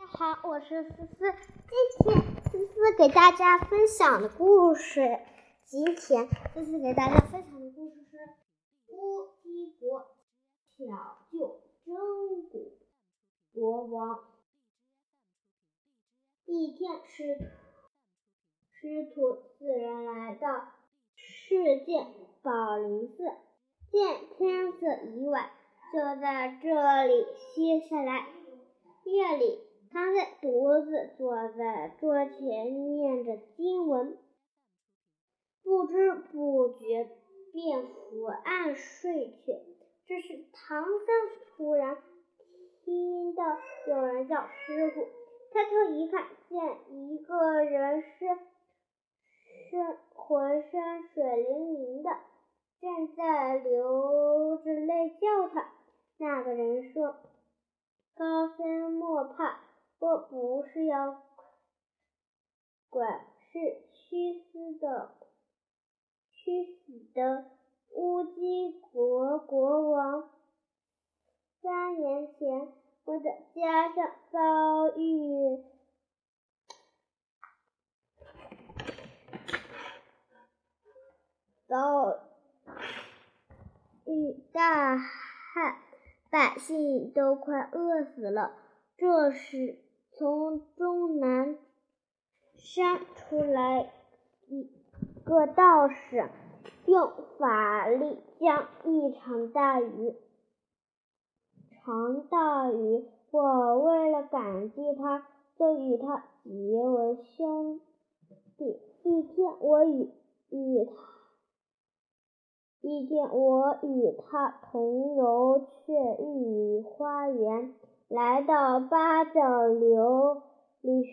好，我是思思。今天思思给大家分享的故事是乌鸡国巧救真古国王。一天，师徒四人来到世界宝林寺，见天色已晚，就在这里歇下来。夜里，他在独自坐在桌前念着经文，不知不觉便伏案睡去。这时，唐三突然听到有人叫师傅，抬头一看，见一个人浑身水灵灵的，正在流着泪叫他。那个人说：“高僧莫怕，我不是妖怪，是屈死的乌鸡国国王。3年前，我的家乡遭遇大旱，百姓都快饿死了。这时，从终南山出来一个道士，用法力将一场大雨。我为了感激他，就与他结为兄弟。一天，我与他同游雀玉花园，来到八角琉璃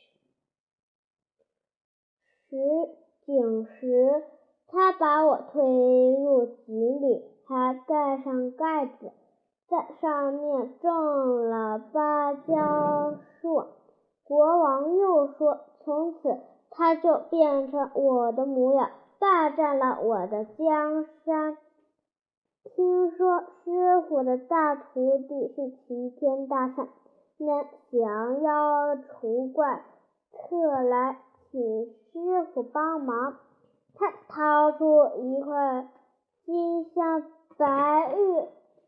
井时，他把我推入井里，还盖上盖子，在上面种了芭蕉树。国王又说，从此他就变成我的模样，霸占了我的江山。听说师傅的大徒弟是齐天大圣，能降妖除怪，特来请师傅帮忙。他掏出一块金镶白玉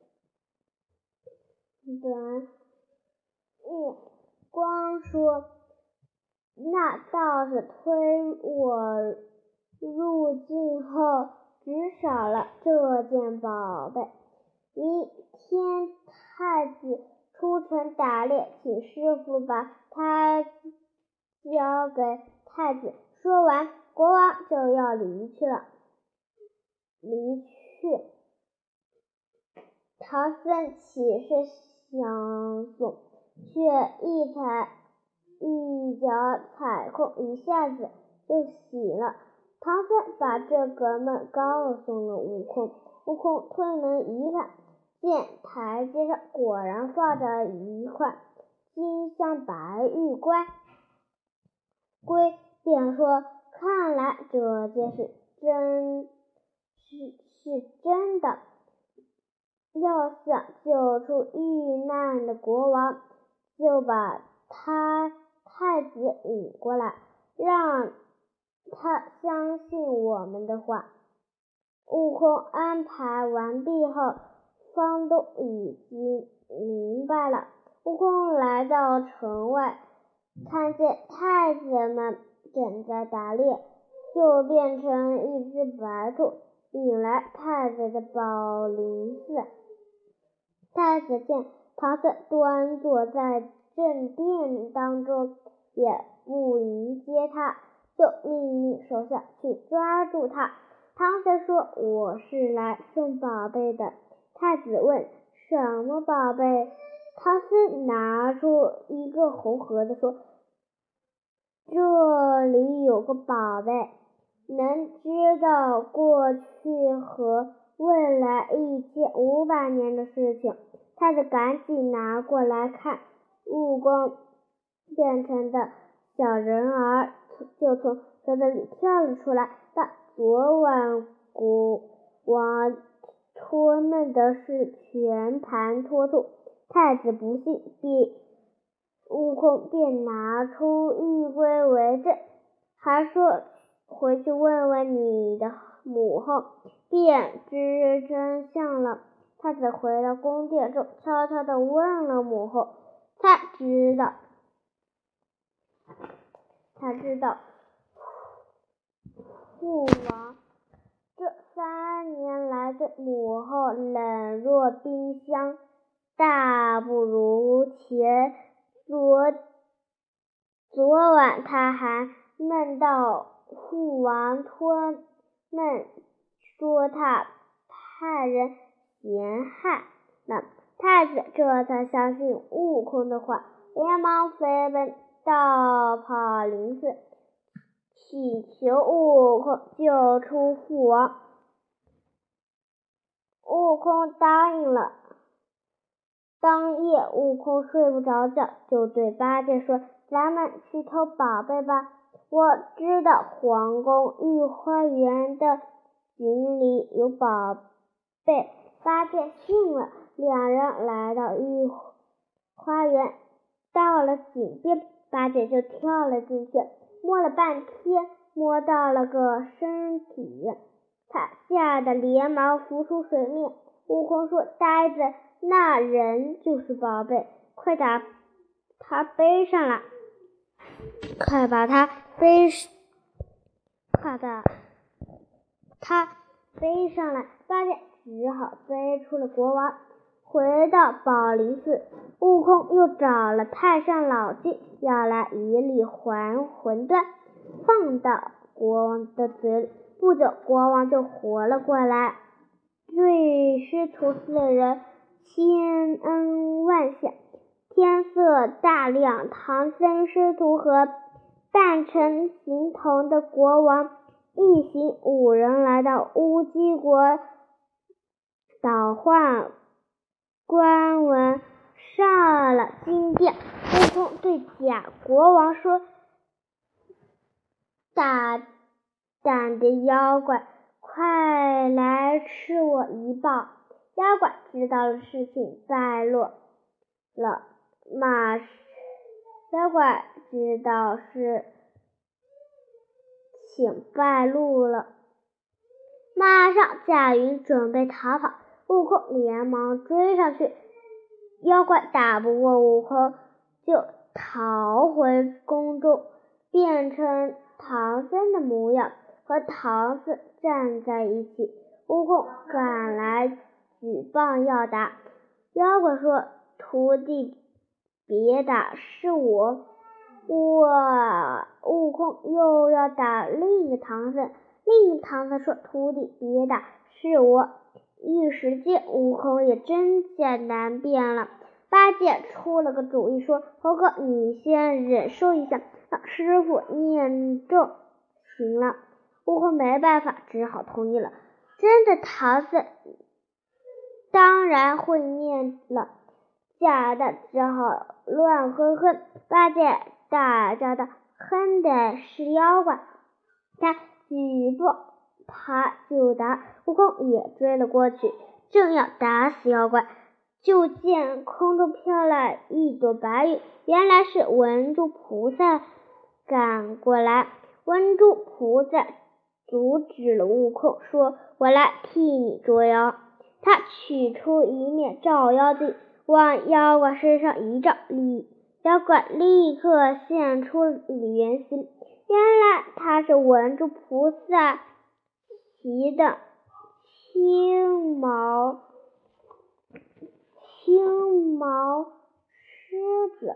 光说，那道士推我入境后，只少了这件宝贝。明天太子出城打猎，请师傅把它交给太子。说完，国王就要离去。唐僧起身相送，却一脚踩空，一下子就醒了。唐僧把这个梦告诉了悟空，悟空推门一看，见台阶上果然放着一块金镶白玉龟，便说：“看来这件事是真的。”要想救出遇难的国王，就把太子引过来，让他相信我们的话。悟空安排完毕后，方都已经明白了。悟空来到城外，看见太子们正在打猎，就变成一只白兔，引来太子的宝林寺。太子见唐僧端坐在正殿当中，也不迎接他，就命令手下去抓住他。唐僧说：“我是来送宝贝的。”太子问：“什么宝贝？”唐僧拿出一个红盒子说：“这里有个宝贝，能知道过去和未来1500年的事情。”太子赶紧拿过来看，悟空变成的小人儿就从盒子里跳了出来，把昨晚国王托梦的事全盘托出。太子不信，比悟空便拿出玉圭为证，还说回去问问你的母后，便知真相了。太子回到宫殿中，悄悄地问了母后，才知道父王这3年来对母后冷若冰箱，大不如前。昨晚他还梦到父王托梦说他派人陷害了。太子这才相信悟空的话，连忙飞奔到宝林寺，祈求悟空救出父王。悟空答应了。当夜悟空睡不着觉，就对八戒说，咱们去偷宝贝吧，我知道皇宫御花园的井里有宝贝。八戒信了，两人来到御花园，到了井边，八戒就跳了进去，摸了半天，摸到了个身体，他吓得连忙浮出水面。悟空说，呆子，那人就是宝贝，快把他背上来，快把他背上来。八戒只好背出了国王。回到宝林寺，悟空又找了太上老君，要来一粒还魂丹，放到国王的嘴里。不久，国王就活了过来，对师徒4人千恩万谢。天色大亮，唐僧师徒和扮成形童的国王一行5人来到乌鸡国，倒换官文，上了金殿。悟空对假国王说，大胆的妖怪，快来吃我一棒！妖怪知道了事情败露了，妖怪知道事情败露了，马上驾云准备逃跑。悟空连忙追上去，妖怪打不过悟空，就逃回宫中，变成唐僧的模样，和唐僧站在一起。悟空赶来举棒要打，妖怪说，徒弟别打，是我。悟空又要打另一个唐僧，另一个唐僧说，徒弟别打，是我。一时间悟空也真假难辨了。八戒出了个主意说，猴哥你先忍受一下，让师傅念咒行了。悟空没办法，只好同意了。真的唐僧当然会念了，假的只好乱哼哼。八戒大叫道，哼的是妖怪！他举步爬就打，悟空也追了过去，正要打死妖怪，就见空中飘来一朵白云，原来是文殊菩萨赶过来。文殊菩萨阻止了悟空，说，我来替你捉妖。他取出一面照妖镜，往妖怪身上一照，妖怪立刻现出原形，原来他是文殊菩萨骑的青毛狮子。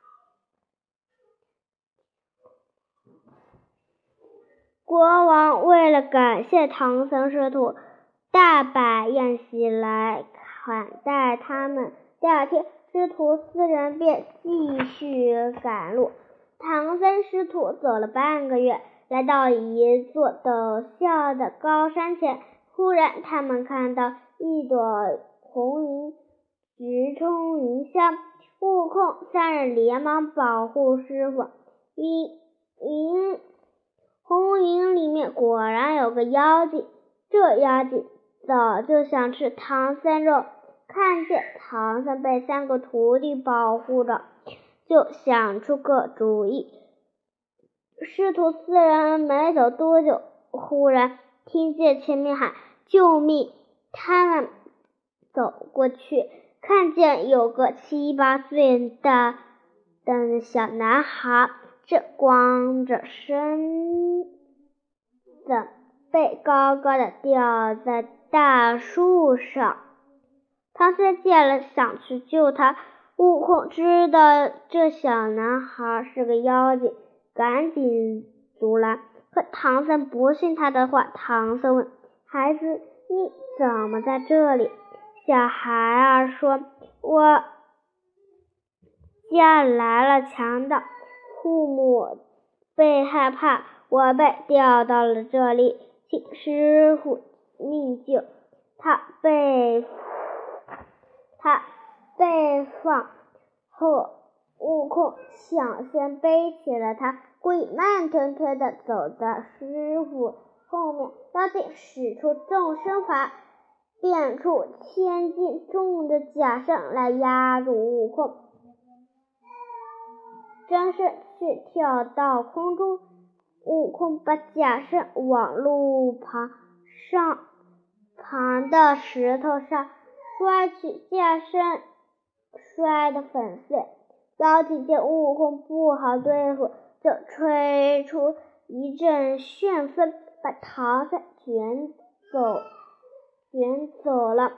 国王为了感谢唐僧师徒，大摆宴席来款待他们。第二天，师徒4人便继续赶路。唐僧师徒走了半个月，来到一座陡峭的高山前，忽然他们看到一朵红云直冲云霄。悟空3人连忙保护师傅。红云里面果然有个妖精，这妖精早就想吃唐僧肉，看见唐僧被3个徒弟保护着， 就想出个主意。师徒四人没走多久，忽然听见前面喊救命，他们走过去，看见有个7、8岁的小男孩，正光着身子，背高高的吊在大树上。唐僧见了，想去救他。悟空知道这小男孩是个妖精，赶紧阻拦。可唐僧不信他的话。唐僧问：孩子，你怎么在这里？小孩儿说：我家来了强盗，父母被害怕，我被调到了这里，请师父命救。他被放后，悟空想先背起了他，故意慢吞吞地走在师父后面。妖精使出众身法，变出1000斤重的假绳来压住悟空，真身却跳到空中。悟空把假绳往路旁的石头上摔去，假绳摔得粉碎。妖精见悟空不好对付，就吹出一阵旋风，把唐僧卷走了。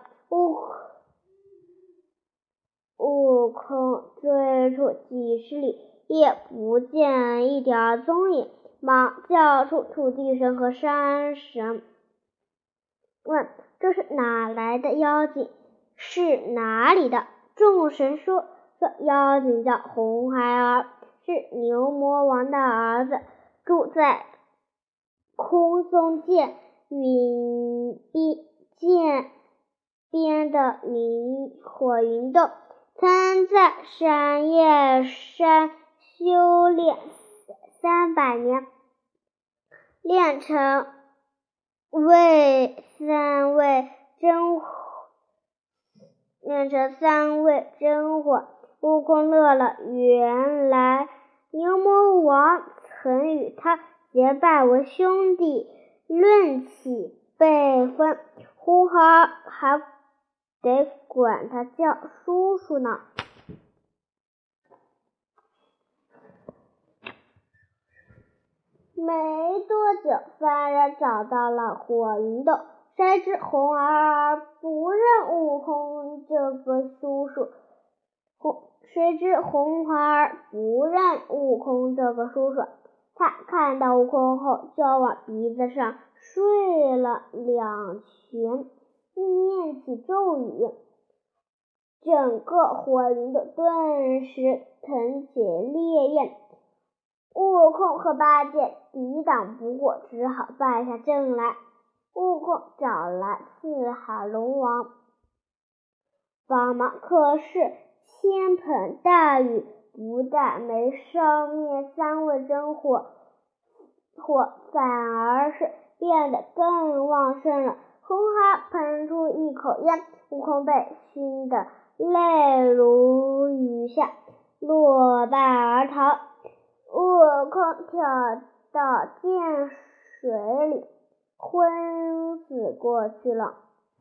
悟空追出几十里，也不见一点踪影，忙叫出土地神和山神，问这是哪来的妖精，是哪里的？众神说这妖精叫红孩儿，是牛魔王的儿子，住在空松涧云边的火云洞，曾在闪焰山修炼300年，练成三味真火。悟空乐了，原来牛魔王曾与他结拜为兄弟，论起辈分，红孩儿还得管他叫叔叔呢。没多久，3人找到了火云洞，谁知红孩儿不认悟空这个叔叔。他看到悟空后，就往鼻子上睡了2拳，念起咒语，整个火云洞顿时腾起烈焰。悟空和八戒抵挡不过，只好败下阵来。悟空找来四海龙王帮忙，可是倾盆大雨不但没烧灭3味真火，反而是变得更旺盛了。红孩喷出一口烟，悟空被熏得泪如雨下，落败而逃。悟空跳到涧水里，昏死过去了。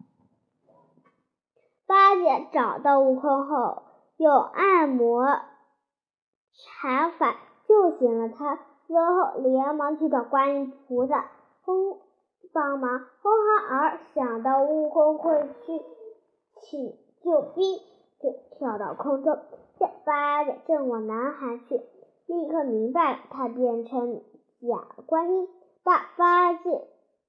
八戒找到悟空后，用按摩禅法救醒了他，随后连忙去找观音菩萨帮忙。红孩儿想到悟空会去请救兵，就跳到空中，见八戒正往南海去，立刻明白了，他变成假观音，把八戒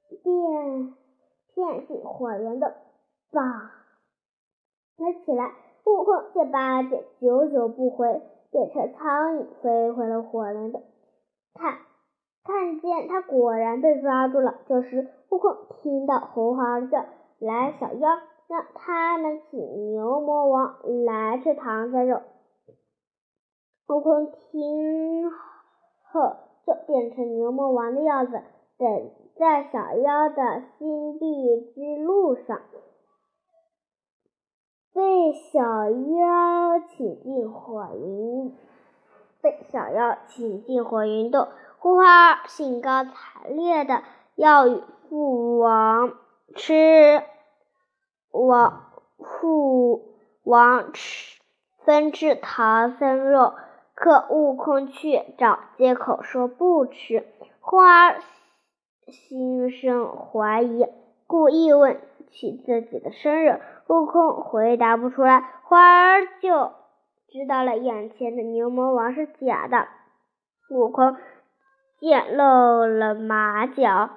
骗进火云洞，绑了起来。悟空见八戒久久不回，变成苍蝇飞回了火云洞，看见他果然被抓住了。这时悟空听到红孩儿叫来小妖，让他们请牛魔王来吃唐僧肉。悟空听后就变成牛魔王的样子，等在小妖的心地之路上，被小妖请进火云被小妖请进火云洞。胡花儿兴高采烈的要与父王分吃唐僧肉，可悟空却找借口说不吃。花儿心生怀疑，故意问起自己的生日。悟空回答不出来，花儿就知道了眼前的牛魔王是假的。悟空见露了马脚，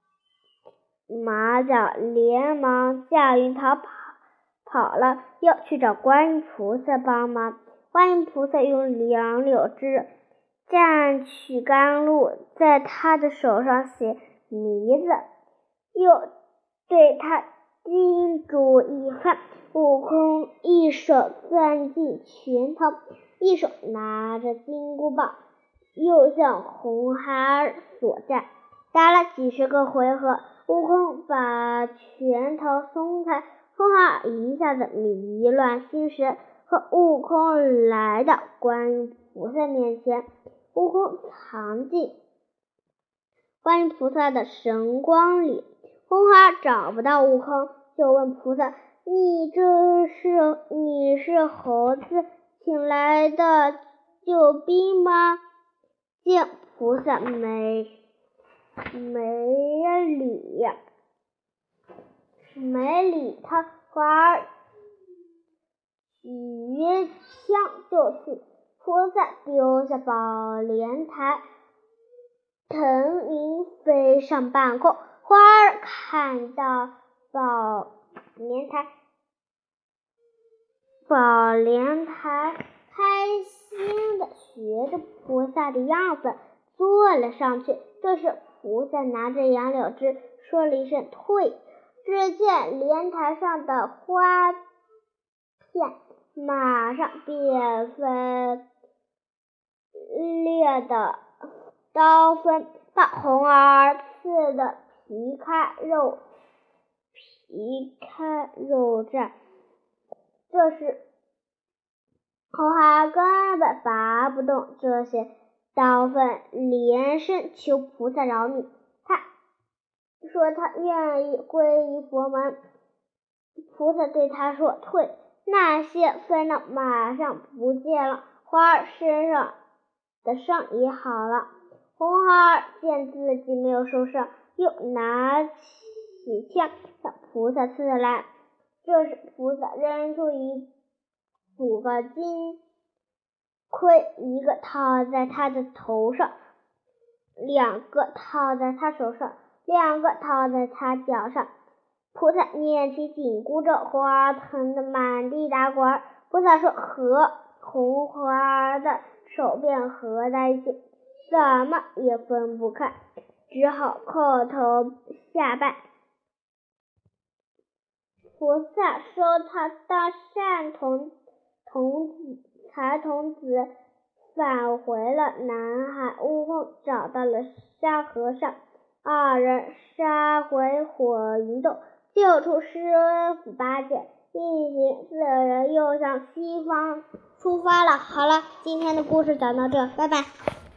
连忙驾云跑了，要去找观音菩萨帮忙。观音菩萨用杨柳枝蘸取甘露，在他的手上写迷字，又对他叮嘱一番。悟空一手攥进拳头，一手拿着金箍棒，又向红孩儿索战。打了几十个回合，悟空把拳头松开，红孩儿一下子迷乱心神，和悟空来到观音菩萨面前。悟空藏进观音菩萨的神光里，红孩儿找不到悟空，就问菩萨：你是猴子请来的救兵吗？见菩萨没理他，花儿举枪就刺。菩萨丢下宝莲台，腾云飞上半空。花儿看到宝莲台开心的学着菩萨的样子坐了上去。这时菩萨拿着杨柳枝说了一声退，只见莲台上的花片马上变分裂的刀锋，把红儿刺得皮开肉绽。这时红孩儿根本拔不动这些刀锋，连声求菩萨饶命。他说他愿意皈依佛门。菩萨对他说退，那些分了马上不见了，花儿身上的伤也好了。红孩儿见自己没有受伤，又拿起枪向菩萨刺来。这时菩萨扔出5个金盔，一个套在他的头上，2个套在他手上，2个套在他脚上。菩萨念起紧箍咒，花儿疼得满地打滚。菩萨说合，红孩儿的手便合在一起，怎么也分不开，只好叩头下拜。菩萨收他当善童子，返回了南海。悟空找到了沙和尚，2人杀回火云洞，救出师傅八戒，一行4人又向西方出发了。好了，今天的故事讲到这，拜拜。